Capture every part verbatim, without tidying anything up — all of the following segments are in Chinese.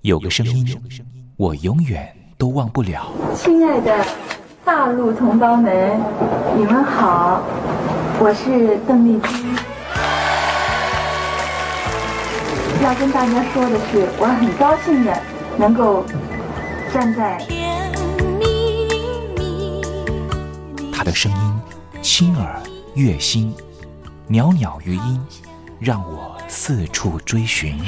有个声音，我永远都忘不了。 亲爱的大陆同胞们，你们好，我是邓丽君。要跟大家说的是，我很高兴的能够站在他的声音轻耳悦心，袅袅余音，让我四处追寻。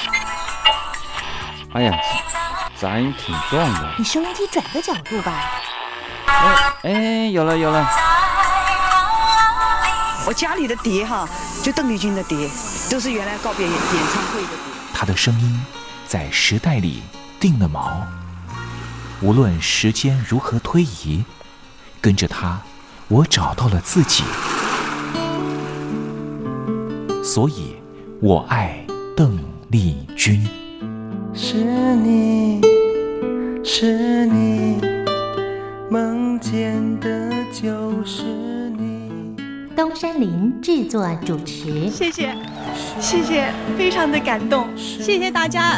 哎呀，杂音挺重的。 你收音机转个角度吧。 哎哎，有了有了。 我家里的碟哈，就邓丽君的碟，都是原来告别演唱会的碟。 他的声音在时代里定了锚，无论时间如何推移，跟着他，我找到了自己。所以，我爱邓丽君。 是你，是你，梦见的就是你。 东山林制作主持。 谢谢，谢谢，非常的感动，谢谢大家。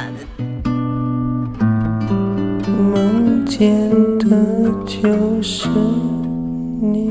梦见的就是你。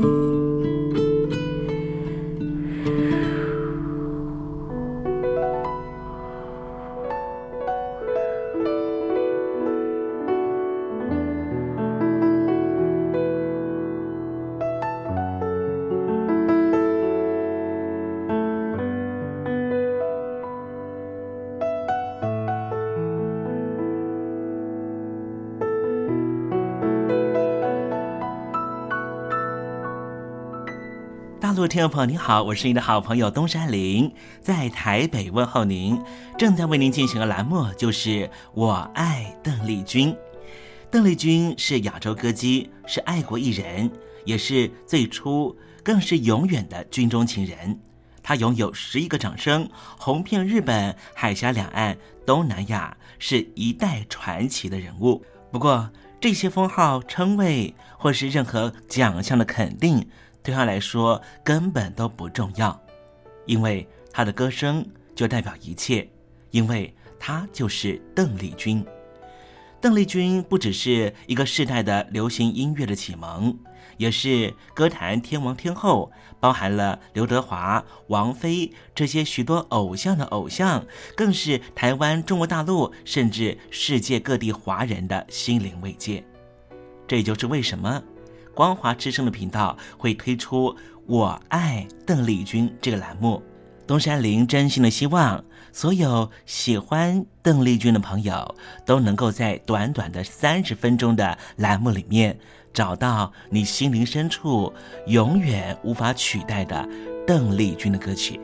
大陆听众朋友您好，我是您的好朋友东山林，在台北问候您。正在为您进行的栏目就是我爱邓丽君。邓丽君是亚洲歌姬，是爱国艺人，也是最初更是永远的军中情人。她拥有十一个掌声，红遍日本、海峡两岸、东南亚，是一代传奇的人物。不过这些封号、称谓或是任何奖项的肯定，对他来说根本都不重要，因为他的歌声就代表一切，因为他就是邓丽君。邓丽君不只是一个世代的流行音乐的启蒙，也是歌坛天王天后，包含了刘德华、王菲这些许多偶像的偶像，更是台湾、中国大陆甚至世界各地华人的心灵慰藉。这也就是为什么光华之声的频道会推出我爱邓丽君这个栏目。东山林真心的希望所有喜欢邓丽君的朋友都能够在短短的三十分钟的栏目里面找到你心灵深处永远无法取代的邓丽君的歌曲。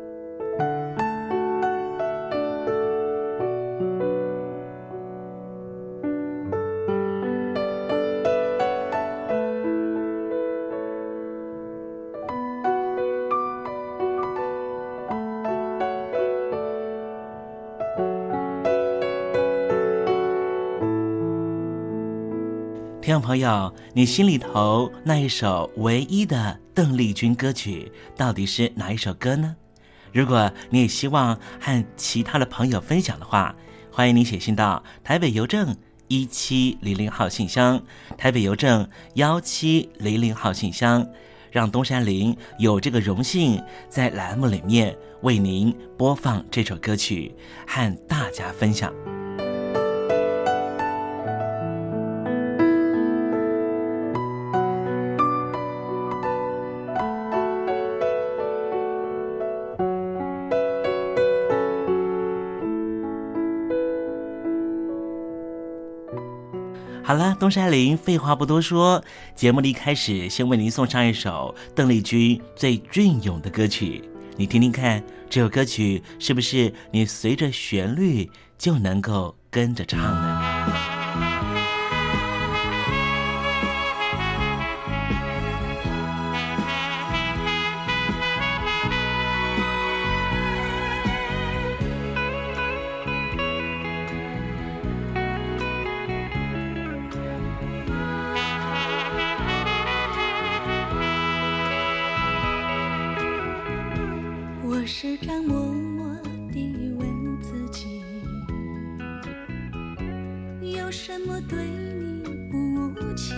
听众朋友，你心里头那一首唯一的邓丽君歌曲到底是哪一首歌呢？如果你也希望和其他的朋友分享的话，欢迎你写信到台北邮政一七零零号信箱，台北邮政一七零零号信箱，让东山林有这个荣幸在栏目里面为您播放这首歌曲，和大家分享。好了，东山林废话不多说，节目的一开始先为您送上一首邓丽君最隽永的歌曲，你听听看，这首歌曲是不是你随着旋律就能够跟着唱呢？ 我时常默默地问自己， 有什么对你不起？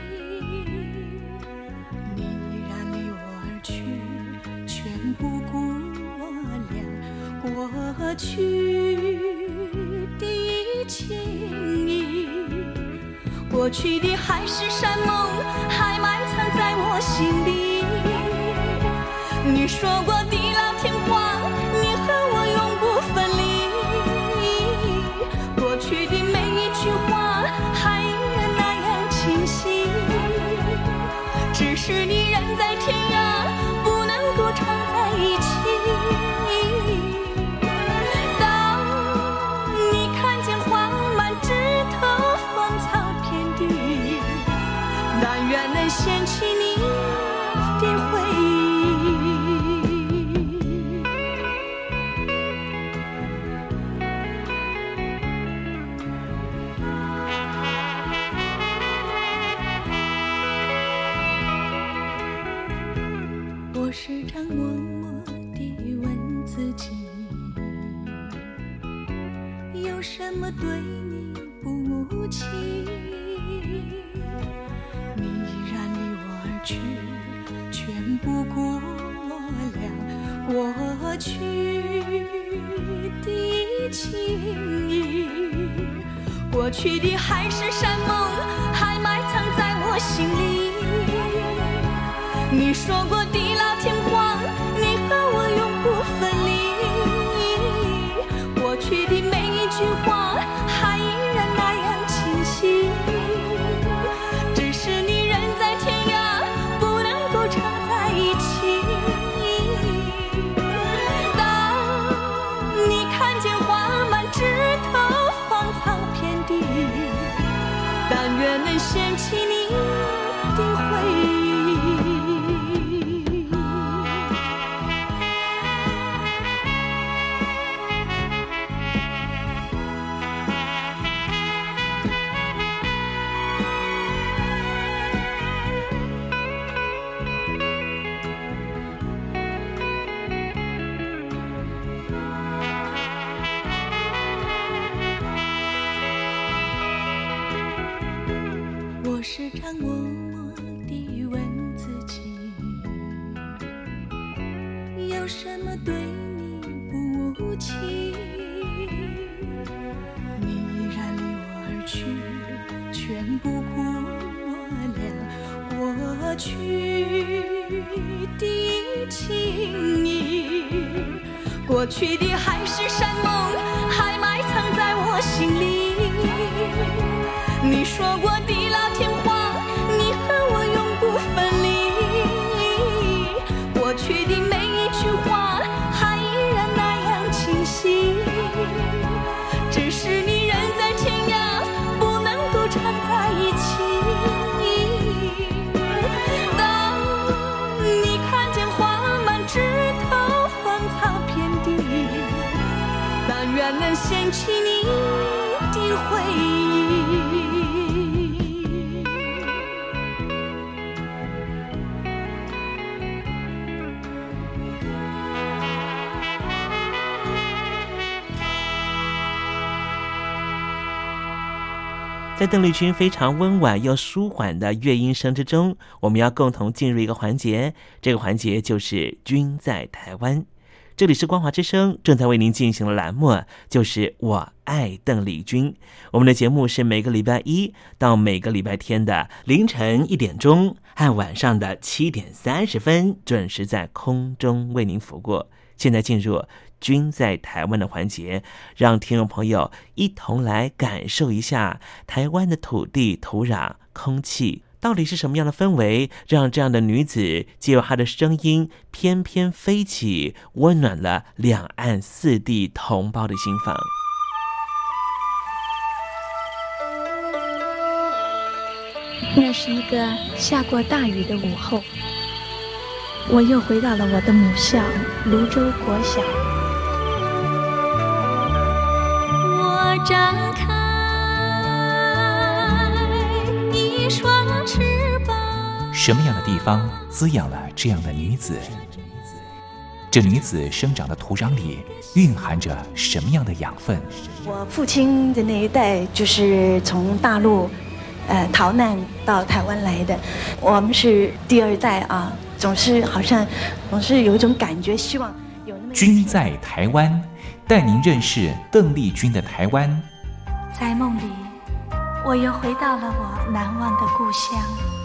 你依然离我而去，全不顾我俩过去的情谊。过去的海誓山盟还埋藏在我心里。你说过地老天荒，你和我永不分离。过去的每一句话还依然那样清晰，只是你人在天涯，不能够常在一起。当你看见花满枝头，芳草遍地，但愿能掀起你的回忆。我时常默默地问自己，有什么对你不起？你依然离我而去，全不顾我俩过去的情谊。过去的海誓山盟还埋藏在我心里。你说过地老天荒，你和我永不分离。过去的每一句话还依然那样清晰，只是你人在天涯，不能够常在一起。当你看见花满枝头，芳草遍地，但愿能掀起你的回忆。我时常默默地问自己，有什么对你不起？你依然离我而去，全不顾我俩过去的情谊。过去的海誓山盟还埋藏在我心里。你说过地老天荒，你和我永不分离。过去的每一句话还依然那样清晰，只是你人在天涯，不能够常在一起。当你看见花满枝头，芳草遍地，但愿能掀起你的回忆。 在邓丽君非常温婉又舒缓的乐音声之中，我们要共同进入一个环节，这个环节就是君在台湾。这里是光华之声正在为您进行的栏目，就是我爱邓丽君。我们的节目是每个礼拜一到每个礼拜天的凌晨一点钟和晚上的七点三十分准时在空中为您服务。现在进入君在台湾的环节，让听众朋友一同来感受一下台湾的土地、土壤、空气到底是什么样的氛围，让这样的女子借由她的声音翩翩飞起，温暖了两岸四地同胞的心房。 那是一个下过大雨的午后，我又回到了我的母校泸州国小。 我张开一双翅膀。 什么样的地方滋养了这样的女子？ 这女子生长的土壤里蕴含着什么样的养分？ 我父亲的那一代就是从大陆，呃，逃难到台湾来的。我们是第二代啊，总是好像总是有一种感觉，希望有那么。 君在台湾，带您认识邓丽君的台湾。 在梦里，我又回到了我难忘的故乡，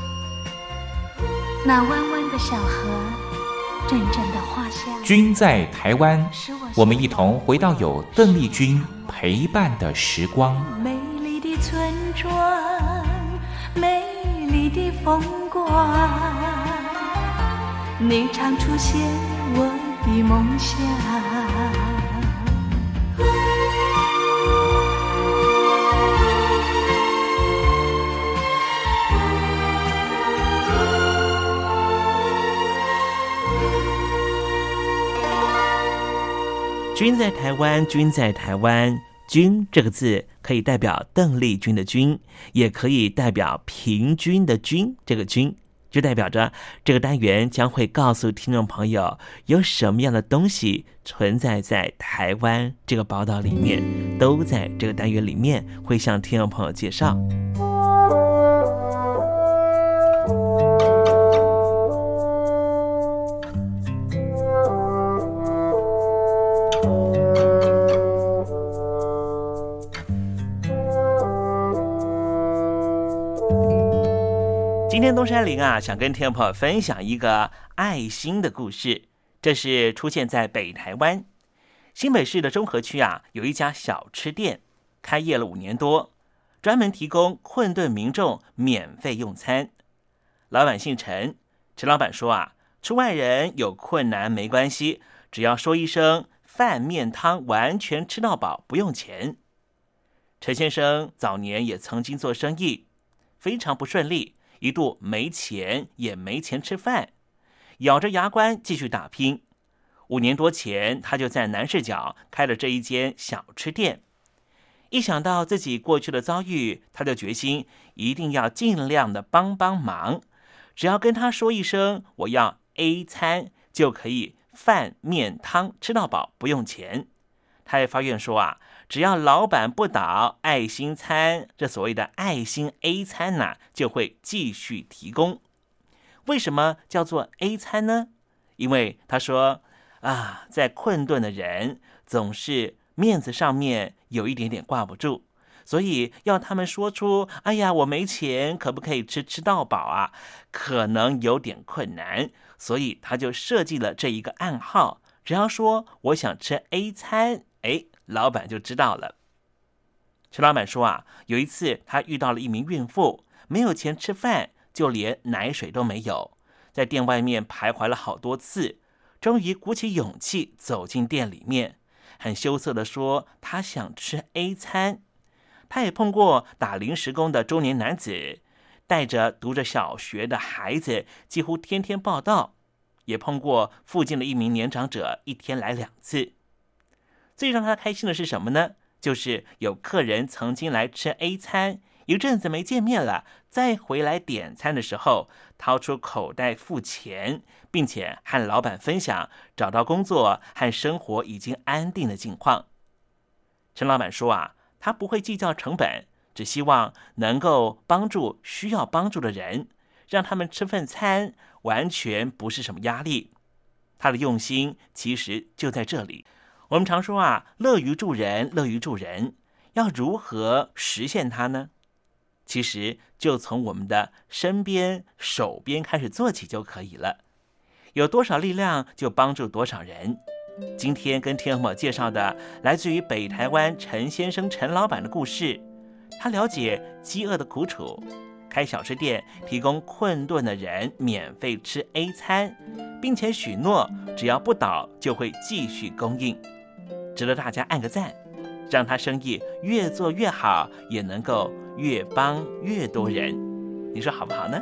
那弯弯的小河，阵阵的花香。 君在台湾，我们一同回到有邓丽君陪伴的时光。 美丽的村庄，美丽的风光，你常出现我的梦想。 君在台湾，君在台湾，君这个字可以代表邓丽君的君，也可以代表平均的均，这个均就代表着这个单元将会告诉听众朋友有什么样的东西存在在台湾这个宝岛里面，都在这个单元里面会向听众朋友介绍。今天东山林啊，想跟听众朋友分享一个爱心的故事。这是出现在北台湾新北市的中和区啊，有一家小吃店，开业了五年多，专门提供困顿民众免费用餐。老板姓陈，陈老板说啊，出外人有困难没关系，只要说一声饭面汤，完全吃到饱，不用钱。陈先生早年也曾经做生意，非常不顺利。一度没钱也没钱吃饭，咬着牙关继续打拼。五年多前，他就在南市角开了这一间小吃店。一想到自己过去的遭遇，他就决心一定要尽量的帮帮忙。只要跟他说一声我要 A 餐，就可以饭面汤吃到饱，不用钱。他也发愿说啊，只要老板不倒，爱心餐，这所谓的爱心 A 餐呐、啊，就会继续提供。为什么叫做 A 餐呢？因为他说啊，在困顿的人总是面子上面有一点点挂不住，所以要他们说出哎呀我没钱，可不可以吃吃到饱啊，可能有点困难，所以他就设计了这一个暗号，只要说我想吃 A 餐，哎，老板就知道了。陈老板说啊，有一次他遇到了一名孕妇，没有钱吃饭，就连奶水都没有，在店外面徘徊了好多次，终于鼓起勇气走进店里面，很羞涩地说他想吃 A 餐。他也碰过打临时工的中年男子，带着读着小学的孩子，几乎天天报到，也碰过附近的一名年长者，一天来两次。最让他开心的是什么呢？就是有客人曾经来吃 A 餐，一阵子没见面了，再回来点餐的时候，掏出口袋付钱，并且和老板分享找到工作和生活已经安定的境况。陈老板说啊，他不会计较成本，只希望能够帮助需要帮助的人，让他们吃份餐完全不是什么压力。他的用心其实就在这里。我们常说啊，乐于助人，乐于助人，要如何实现它呢？其实就从我们的身边、手边开始做起就可以了。有多少力量就帮助多少人。今天跟听众朋友介绍的，来自于北台湾陈先生陈老板的故事。他了解饥饿的苦楚，开小吃店提供困顿的人免费吃 A 餐，并且许诺只要不倒就会继续供应，值得大家按个赞，让他生意越做越好，也能够越帮越多人。你说好不好呢？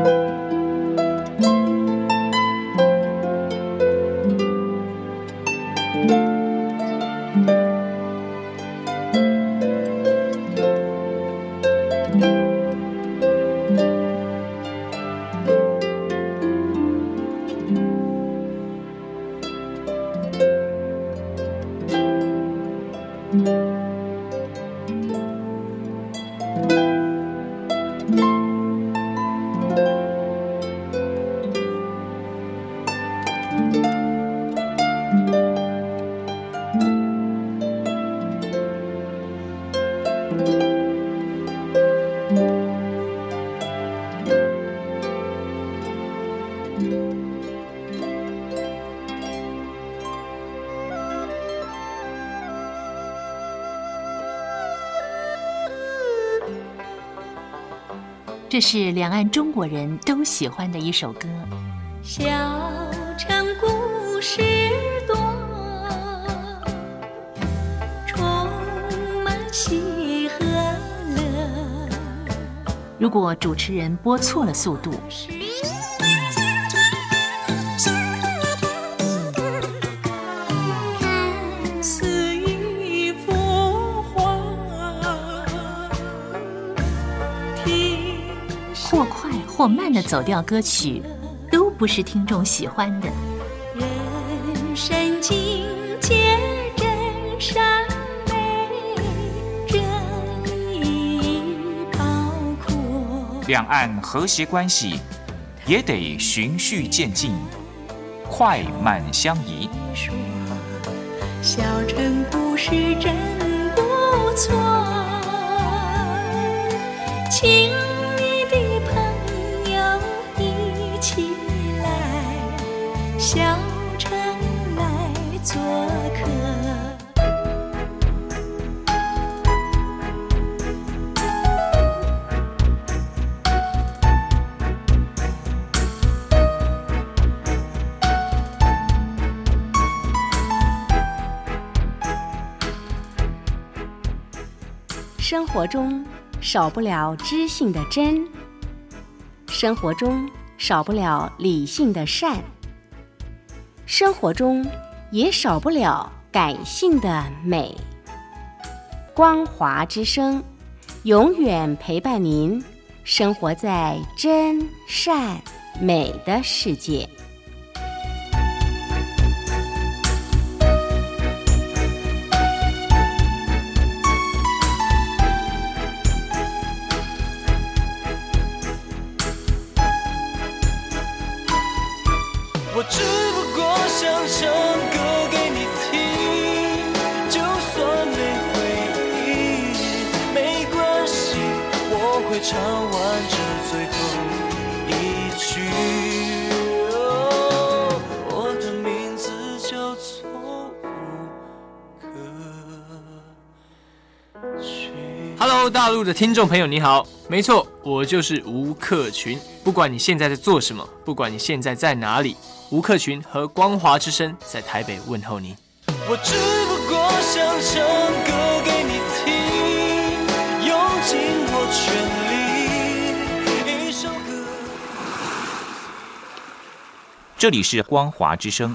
这是两岸中国人都喜欢的一首歌。 小城故事多，充满喜和乐。 如果主持人播错了速度， 看似一幅画， 或快或慢的走调歌曲，都不是听众喜欢的。 人生境界真善美，这一包括两岸和谐关系也得循序渐进，快慢相宜。 小城故事真不错，请你的朋友一起来小城来做客。 生活中少不了知性的真，生活中少不了理性的善，生活中也少不了感性的美。光华之声永远陪伴您，生活在真善美的世界。 我只不过想唱歌给你听，就算没回应没关系，我会唱完这最后一句。哦，我的名字叫做吴克群。 Hello， 大陆的听众朋友你好，没错，我就是吴克群。不管你现在在做什么，不管你现在在哪里，吴克群和光华之声在台北问候您。 我只不过想唱歌给你听，用尽我全力，一首歌。 这里是光华之声。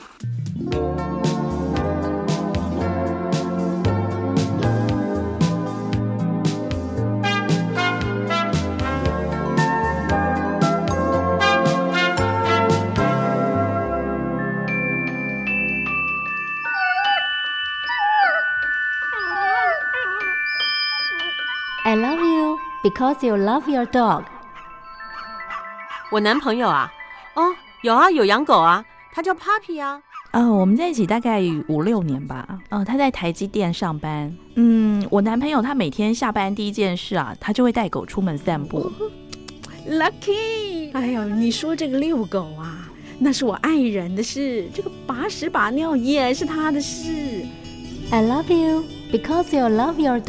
I love you because you love your dog。 我男朋友啊，哦，有啊，有养狗啊，他叫 Papi 啊。 哦，我们在一起大概五六年吧。哦，他在台积电上班。嗯，我男朋友他每天下班第一件事啊，他就会带狗出门散步。 Lucky， 哎呦，你说这个遛狗啊，那是我爱人的事，这个把屎把尿也是他的事。 I love you because you love your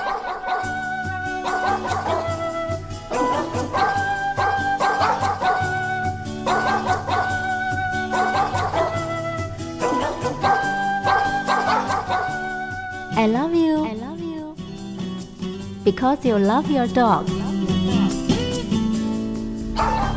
dog。I love you. I love you. Because you love your dog.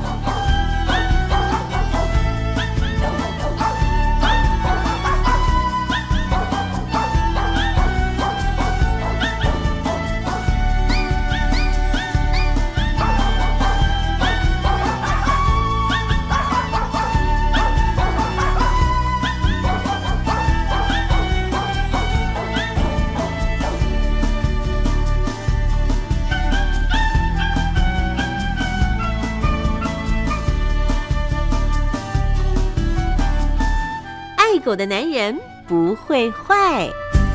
狗的男人不会坏。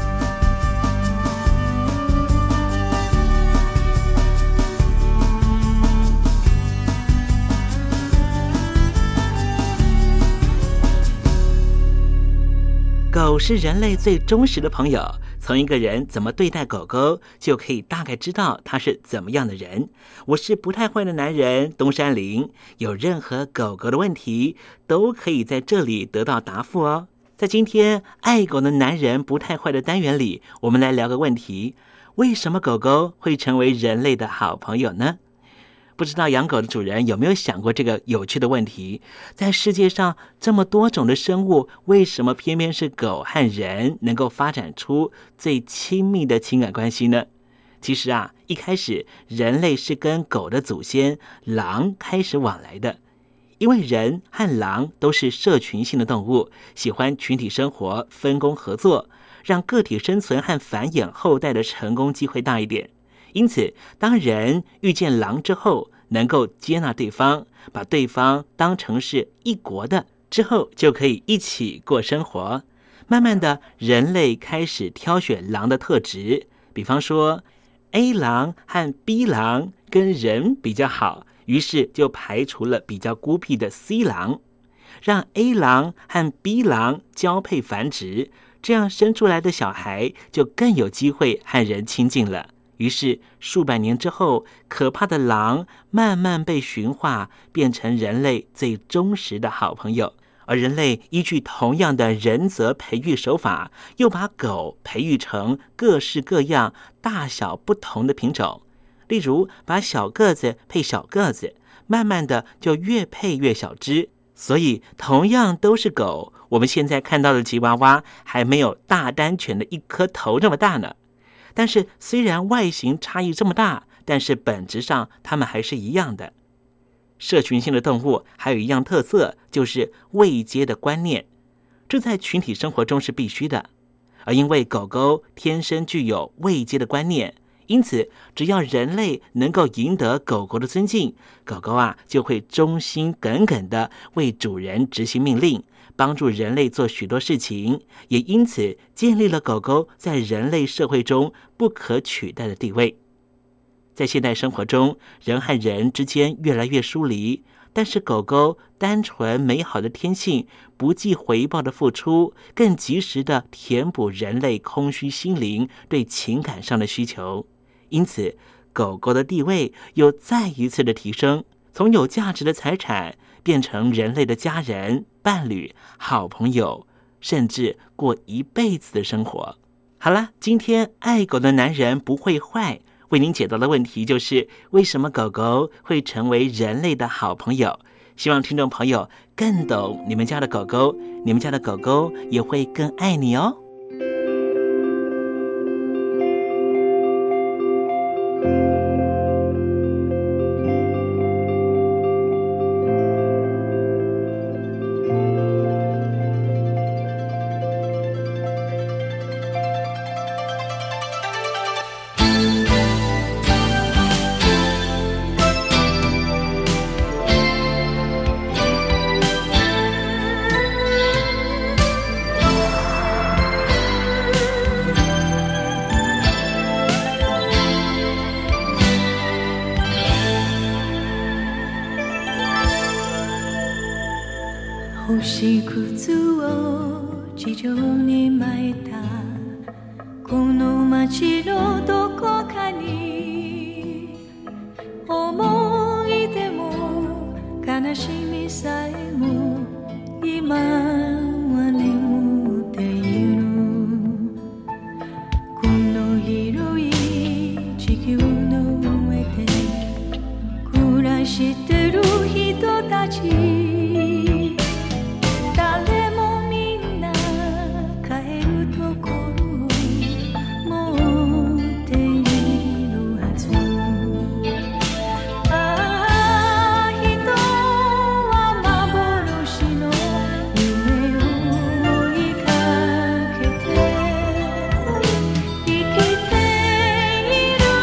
狗是人类最忠实的朋友，从一个人怎么对待狗狗，就可以大概知道他是怎么样的人。我是不太坏的男人东山林，有任何狗狗的问题，都可以在这里得到答复哦。在今天爱狗的男人不太坏的单元里，我们来聊个问题：为什么狗狗会成为人类的好朋友呢？不知道养狗的主人有没有想过这个有趣的问题，在世界上这么多种的生物，为什么偏偏是狗和人能够发展出最亲密的情感关系呢？其实啊，一开始人类是跟狗的祖先狼开始往来的，因为人和狼都是社群性的动物，喜欢群体生活，分工合作，让个体生存和繁衍后代的成功机会大一点。因此，当人遇见狼之后，能够接纳对方，把对方当成是一国的，之后就可以一起过生活。慢慢的，人类开始挑选狼的特质，比方说 A 狼和 B 狼跟人比较好，于是就排除了比较孤僻的 C 狼，让 A 狼和 B 狼交配繁殖，这样生出来的小孩就更有机会和人亲近了。于是数百年之后，可怕的狼慢慢被驯化，变成人类最忠实的好朋友。而人类依据同样的人则培育手法，又把狗培育成各式各样大小不同的品种。例如把小个子配小个子，慢慢的就越配越小只。所以同样都是狗，我们现在看到的吉娃娃还没有大丹犬的一颗头这么大呢。但是虽然外形差异这么大，但是本质上它们还是一样的。社群性的动物还有一样特色，就是位阶的观念，这在群体生活中是必须的。而因为狗狗天生具有位阶的观念，因此只要人类能够赢得狗狗的尊敬，狗狗啊就会忠心耿耿地为主人执行命令，帮助人类做许多事情，也因此建立了狗狗在人类社会中不可取代的地位。在现代生活中，人和人之间越来越疏离，但是狗狗单纯美好的天性，不计回报的付出，更及时地填补人类空虚心灵对情感上的需求。因此狗狗的地位又再一次的提升，从有价值的财产变成人类的家人、伴侣、好朋友，甚至过一辈子的生活。好了，今天爱狗的男人不会坏，为您解答的问题就是为什么狗狗会成为人类的好朋友。希望听众朋友更懂你们家的狗狗，你们家的狗狗也会更爱你哦。 星屑を地上に撒いたこの街のどこかに思い出も悲しみさえも今は眠っているこの広い地球の上で暮らしてる人たち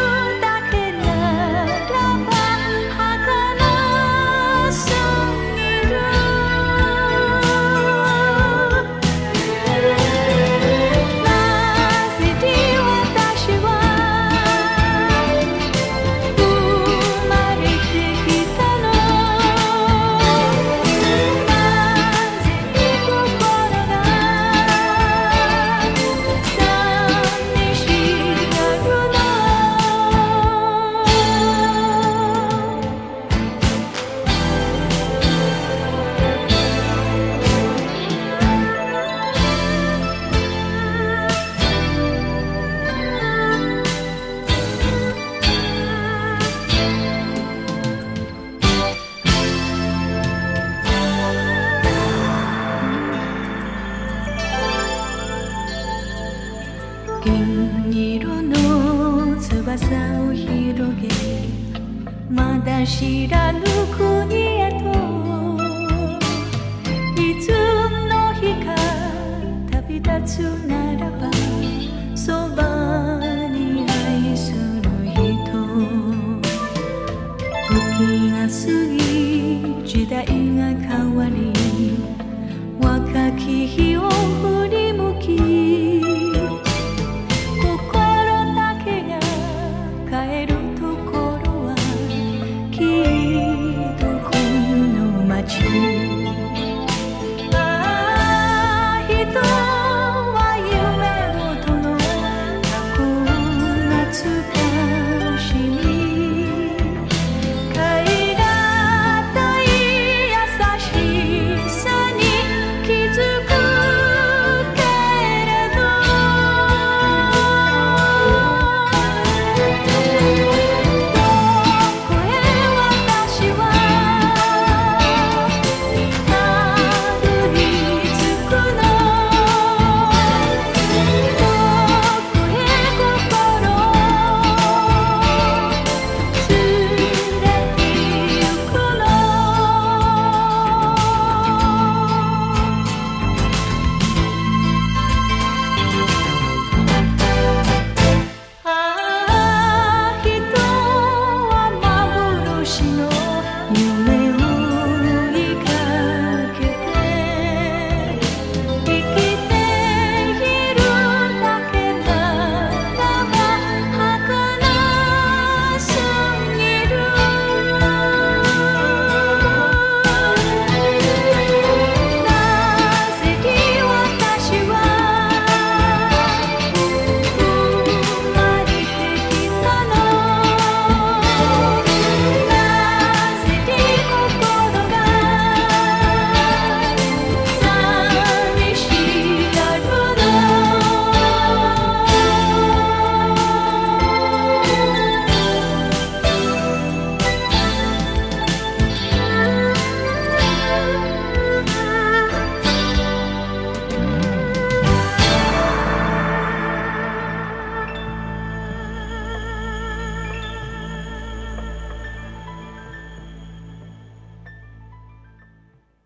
儚すぎ見知らぬ国へといつの日か旅立つな